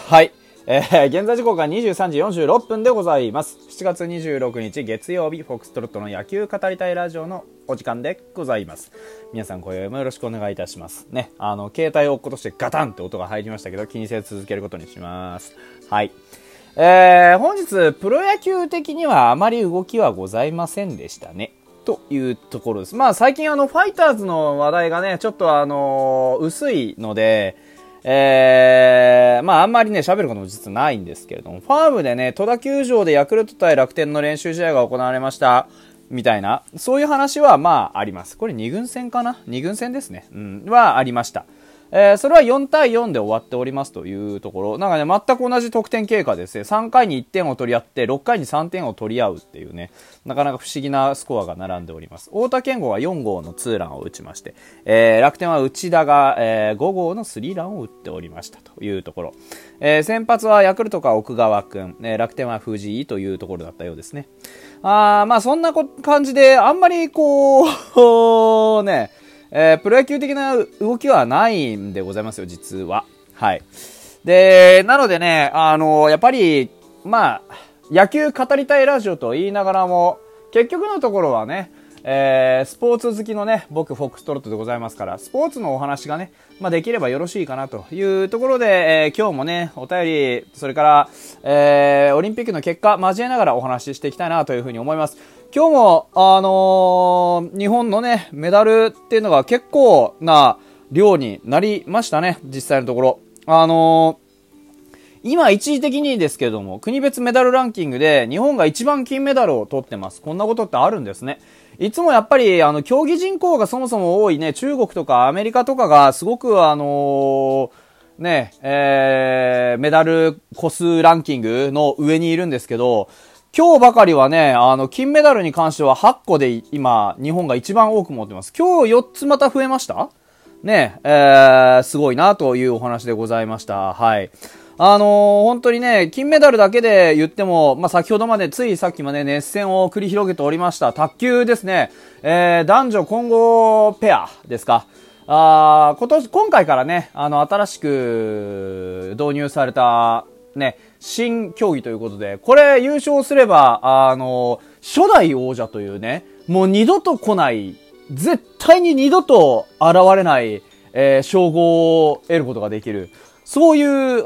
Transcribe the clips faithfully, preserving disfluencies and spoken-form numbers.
はい。えー、現在時刻がにじゅうさんじよんじゅうろっぷんでございます。しちがつにじゅうろくにち月曜日、フォックストロットの野球語りたいラジオのお時間でございます。皆さん、今宵もよろしくお願いいたします。ね、あの、携帯を落っことしてガタンって音が入りましたけど、気にせず続けることにします。はい。えー、本日、プロ野球的にはあまり動きはございませんでしたね。というところです。まあ、最近あの、ファイターズの話題がね、ちょっとあの、薄いので、えー、まああんまりね喋ることも実はないんですけれども、ファームでね戸田球場でヤクルト対楽天の練習試合が行われましたみたいな、そういう話はまああります。これに軍戦かな、に軍戦ですね、うん、はありました。えー、それはよんたいよんで終わっておりますというところ。なんかね、全く同じ得点経過ですね。さんかいにいってんを取り合って、ろっかいにさんてんを取り合うっていうね、なかなか不思議なスコアが並んでおります。太田健吾がよんごうのツーランを打ちまして、えー、楽天は内田が、えー、ごごうのスリーランを打っておりましたというところ。えー、先発はヤクルトか奥川くん、えー、楽天は藤井というところだったようですね。あー、まあそんな感じで、あんまりこう、ね、えー、プロ野球的な動きはないんでございますよ、実は。はい。で、なのでね、あのー、やっぱり、まあ、野球語りたいラジオと言いながらも、結局のところはね、えー、スポーツ好きのね、僕、フォックストロットでございますから、スポーツのお話がね、まあ、できればよろしいかなというところで、えー、今日もね、お便り、それから、えー、オリンピックの結果、交えながらお話ししていきたいなというふうに思います。今日も、あのー、日本のね、メダルっていうのが結構な量になりましたね、実際のところ。あのー、今一時的にですけれども、国別メダルランキングで日本が一番金メダルを取ってます。こんなことってあるんですね。いつもやっぱり、あの、競技人口がそもそも多いね、中国とかアメリカとかがすごくあのー、ね、えー、メダル個数ランキングの上にいるんですけど、今日ばかりはね、あの、金メダルに関してははっこで今、日本が一番多く持ってます。今日よっつまた増えましたね、えー、すごいなというお話でございました。はい。あのー、本当にね、金メダルだけで言っても、まあ、先ほどまで、ついさっきまで熱戦を繰り広げておりました。卓球ですね。えー、男女混合ペアですか。あー、今年、今回からね、あの、新しく導入された、ね、新競技ということで、これ優勝すれば、あの、初代王者というね、もう二度と来ない、絶対に二度と現れない、えー、称号を得ることができる。そういう、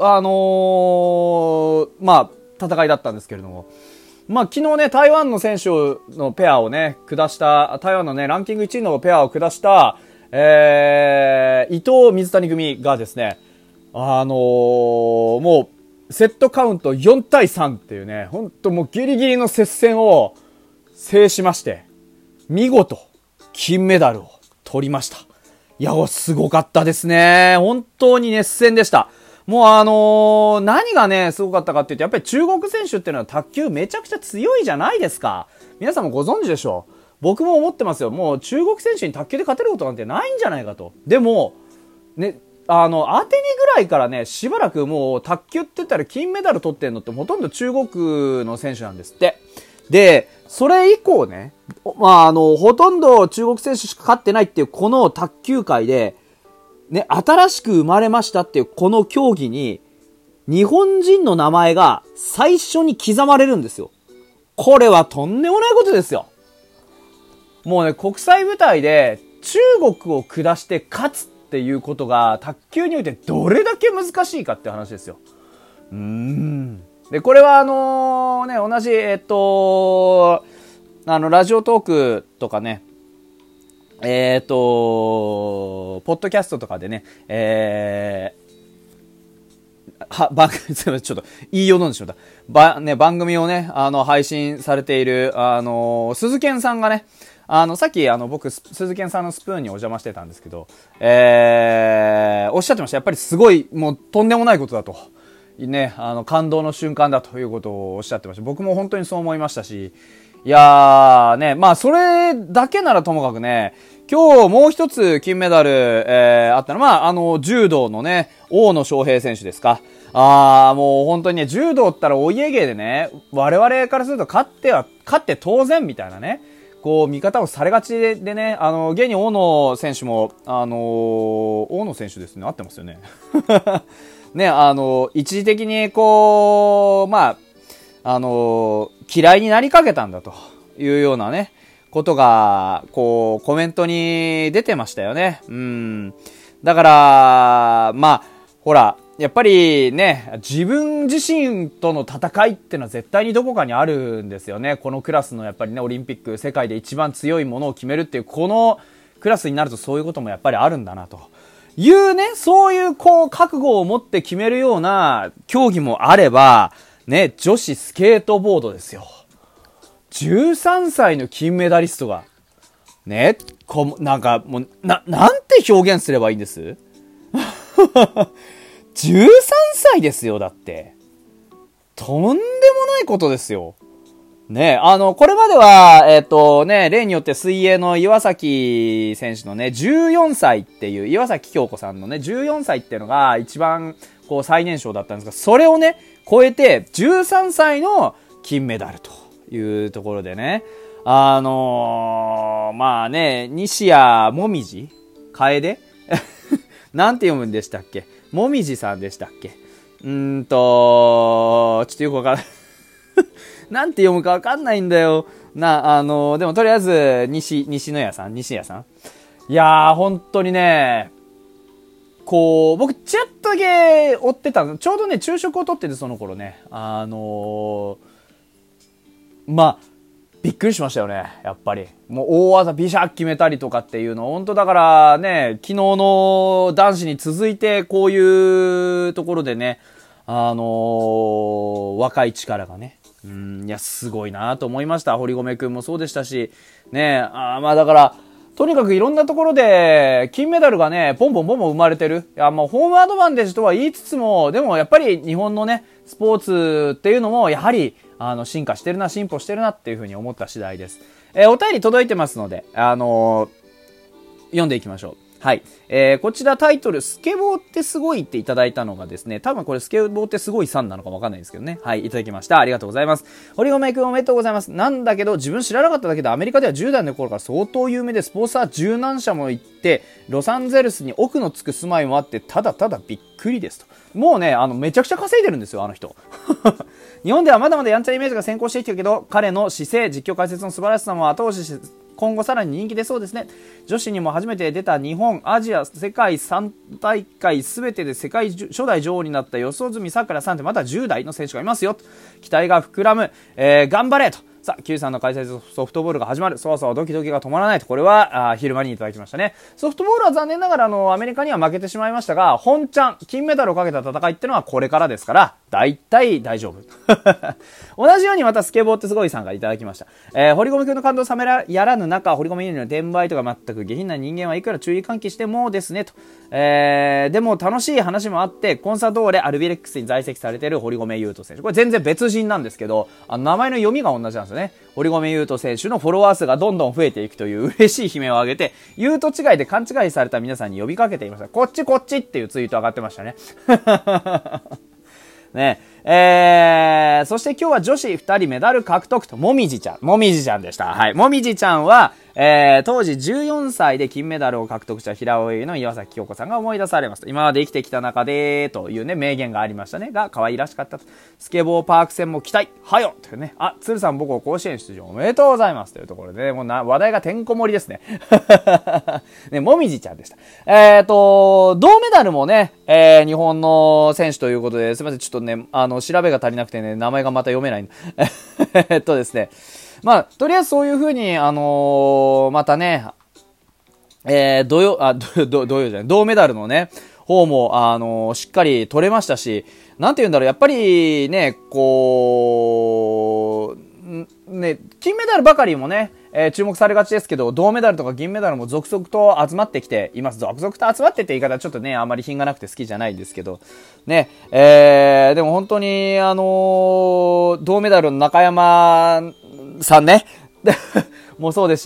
あのー、まあ、戦いだったんですけれども。まあ、昨日ね、台湾の選手のペアをね、下した、台湾のね、ランキングいちいのペアを下した、えー、伊藤水谷組がですね、あのー、もう、セットカウントよんたいさんっていうね、ほんともうギリギリの接戦を制しまして、見事、金メダルを取りました。いや、すごかったですね。本当に熱戦でした。もうあのー、何がね、すごかったかって言うと、やっぱり中国選手っていうのは卓球めちゃくちゃ強いじゃないですか。皆さんもご存知でしょう。僕も思ってますよ。もう中国選手に卓球で勝てることなんてないんじゃないかと。でも、ね、あの、アテネぐらいからね、しばらくもう卓球って言ったら金メダル取ってんのってほとんど中国の選手なんですって。で、それ以降ね、まあ、あの、ほとんど中国選手しか勝ってないっていうこの卓球界で、ね、新しく生まれましたっていうこの競技に、日本人の名前が最初に刻まれるんですよ。これはとんでもないことですよ。もうね、国際舞台で中国を下して勝つっていうことが卓球においてどれだけ難しいかって話ですよ。うーん。で、これはあのね、同じ、えっと、あの、ラジオトークとかね、えっと、ポッドキャストとかでね、えー、は、番組、ちょっと、言いよう飲んでしまった。ば、ね、番組をね、あの、配信されている、あの、鈴賢さんがね、あの、さっき、あの、僕、鈴賢さんのスプーンにお邪魔してたんですけど、えー、おっしゃってました。やっぱりすごい、もう、とんでもないことだと。ね、あの、感動の瞬間だということをおっしゃってました。僕も本当にそう思いましたし、いやーね、まあそれだけならともかくね、今日もう一つ金メダル、えー、あったのは、まああの、柔道のね、大野将平選手ですか。あー、もう本当にね、柔道ったらお家芸でね、我々からすると勝っては、勝って当然みたいなね、こう、見方をされがちで、でね、あの、現に大野選手も、あのー、大野選手ですね、合ってますよね。 ね、あの、一時的にこう、まあ、あの、嫌いになりかけたんだというようなね、ことが、こう、コメントに出てましたよね。うん。だから、まあ、ほら、やっぱりね、自分自身との戦いってのは絶対にどこかにあるんですよね。このクラスのやっぱりね、オリンピック、世界で一番強いものを決めるっていう、このクラスになるとそういうこともやっぱりあるんだなというね、そういうこう、覚悟を持って決めるような競技もあれば、ね、女子スケートボードですよ。じゅうさんさいの金メダリストが、ね、こなんかもう、な、なんて表現すればいいんですじゅうさんさいですよ、だって。とんでもないことですよ。ね、あの、これまでは、えっとね、例によって水泳の岩崎選手のね、じゅうよんさいっていう、岩崎京子さんのね、じゅうよんさいっていうのが一番、こう、最年少だったんですが、それをね、超えて、じゅうさんさいの金メダルというところでね、あのー、まあね、西谷もみじ楓なんて読むんでしたっけ、もみじさんでしたっけ、うーんと、ちょっとよくわかんない。なんて読むかわかんないんだよ。な、あのー、でもとりあえず、西、西野屋さん西屋さんいやー、本当にね、こう、僕、ちらっとだけ追ってたの。ちょうどね、昼食をとってて、その頃ね。あのー、まあ、びっくりしましたよね。やっぱり。もう大技ビシャッ決めたりとかっていうの。本当だからね、昨日の男子に続いて、こういうところでね、あのー、若い力がね。うん、いや、すごいなと思いました。堀米くんもそうでしたし。ね、あまあだから、とにかくいろんなところで金メダルがね、ポンポンポンポン生まれてる。いや、もうホームアドバンテージとは言いつつも、でもやっぱり日本のね、スポーツっていうのも、やはり、あの、進化してるな、進歩してるなっていうふうに思った次第です。えー、お便り届いてますので、あのー、読んでいきましょう。はい。えー、こちらタイトル、スケボーってすごいっていただいたのがですね、多分これスケボーってすごいさんなのかわかんないんですけどね。はい、いただきました。ありがとうございます。堀米くんおめでとうございます。なんだけど、自分知らなかっただけでアメリカではじゅう代の頃から相当有名で、スポンサー十何社も行って、ロサンゼルスに奥のつく住まいもあって、ただただびっくりですと。もうね、あの、めちゃくちゃ稼いでるんですよ、あの人。日本ではまだまだやんちゃイメージが先行してきてるけど、彼の姿勢、実況解説の素晴らしさも後押しして、今後さらに人気出そうですね。女子にも初めて出た日本、アジア、世界さん大会すべてで世界初代女王になった四十住さくらさんってまたじゅう代の選手がいますよ。期待が膨らむ。えー、頑張れと。さあ、Q さんの開催ソフトボールが始まる。そわそわドキドキが止まらないと。これは、あ昼間にいただきましたね。ソフトボールは残念ながら、あの、アメリカには負けてしまいましたが、本ちゃん、金メダルをかけた戦いってのはこれからですから、大体大丈夫。同じようにまたスケボーってすごいさんがいただきました。えー、堀米くんの感動を冷めらやらぬ中、堀米ゆりの転売とか全く下品な人間はいくら注意喚起してもですね、と。えー、でも楽しい話もあって、コンサドーレ、アルビレックスに在籍されている堀米雄斗選手。これ全然別人なんですけど、あの名前の読みが同じなんですよね。堀米雄斗選手のフォロワー数がどんどん増えていくという嬉しい悲鳴を上げて、雄斗違いで勘違いされた皆さんに呼びかけていました。こっちこっちっていうツイート上がってましたね。ねえー、そして今日は女子ふたりメダル獲得と、もみじちゃん。もみじちゃんでした。はい。もみじちゃんは、えー、当時じゅうよんさいで金メダルを獲得した平泳ぎの岩崎京子さんが思い出されます。今まで生きてきた中で、というね、名言がありましたね。が、可愛らしかったと。スケボーパーク戦も期待はよというね。あ、鶴さん僕を甲子園出場おめでとうございますというところで、ね、もうな、話題がてんこ盛りですね。ね、もみじちゃんでした。えーと、銅メダルもね、えー、日本の選手ということで、すみません、ちょっとね、あの、調べが足りなくてね、名前がまた読めない。えっとですね、まあ、とりあえずそういう風に、あのー、またね、えー、土曜、あ、土曜、土曜じゃない、銅メダルのね、方も、あのー、しっかり取れましたし、なんて言うんだろう、やっぱりね、こう、ね、金メダルばかりもね、えー、注目されがちですけど、銅メダルとか銀メダルも続々と集まってきています。続々と集まってって言い方はちょっとね、あまり品がなくて好きじゃないんですけど、ね、えー、でも本当に、あのー、銅メダルの中山さんね、もうそうですし、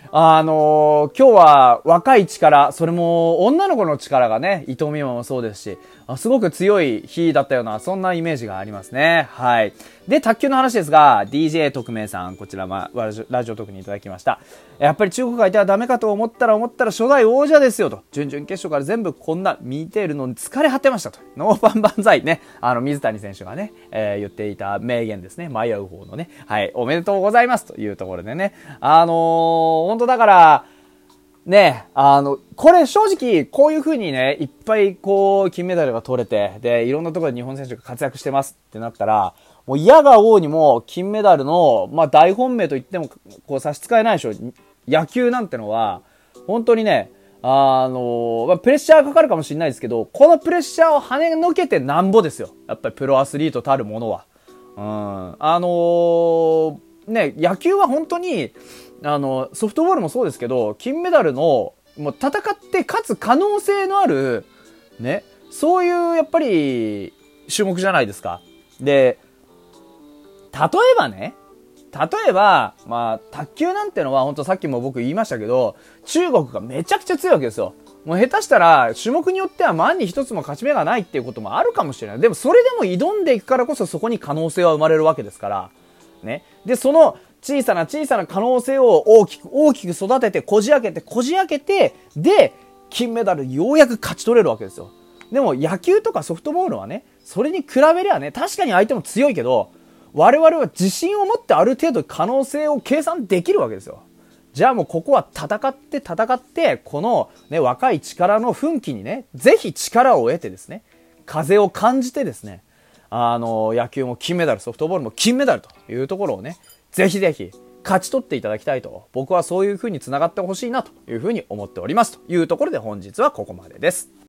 あのー、今日は若い力、それも女の子の力がね、伊藤美誠もそうですし、あすごく強い日だったような、そんなイメージがありますね。はい。で、卓球の話ですが、ディージェー 特命さん、こちら、まあ、ラジオ、ラジオ特にいただきました。やっぱり中国がいてはダメかと思ったら思ったら初代王者ですよと。準々決勝から全部こんな見てるのに疲れ果てましたと。ノーパン万歳ね。あの、水谷選手がね、えー、言っていた名言ですね。舞う方のね。はい。おめでとうございますというところでね。あのー、本当だから、ね、あの、これ正直、こういう風にね、いっぱいこう、金メダルが取れて、で、いろんなところで日本選手が活躍してますってなったら、もう嫌が王にも金メダルの、まあ大本命と言っても、こう差し支えないでしょ。野球なんてのは、本当にね、あの、まあ、プレッシャーかかるかもしれないですけど、このプレッシャーを跳ねのけてなんぼですよ。やっぱりプロアスリートたるものは。うん。あのー、ね、野球は本当に、あの、ソフトボールもそうですけど、金メダルの、もう戦って勝つ可能性のある、ね、そういうやっぱり種目じゃないですか。で、例えばね、例えば、まあ、卓球なんてのは本当さっきも僕言いましたけど、中国がめちゃくちゃ強いわけですよ。もう下手したら種目によっては万に一つも勝ち目がないっていうこともあるかもしれない。でもそれでも挑んでいくからこそそこに可能性は生まれるわけですから。ね。で、その小さな小さな可能性を大きく大きく育ててこじ開けてこじ開けて、で、金メダルようやく勝ち取れるわけですよ。でも野球とかソフトボールはね、それに比べりゃね、確かに相手も強いけど、我々は自信を持ってある程度可能性を計算できるわけですよ。じゃあもうここは戦って戦って、このね、若い力の奮起にね、ぜひ力を得てですね、風を感じてですね、あの、野球も金メダル、ソフトボールも金メダルというところをね、ぜひぜひ勝ち取っていただきたいと、僕はそういう風に繋がってほしいなという風に思っておりますというところで本日はここまでです。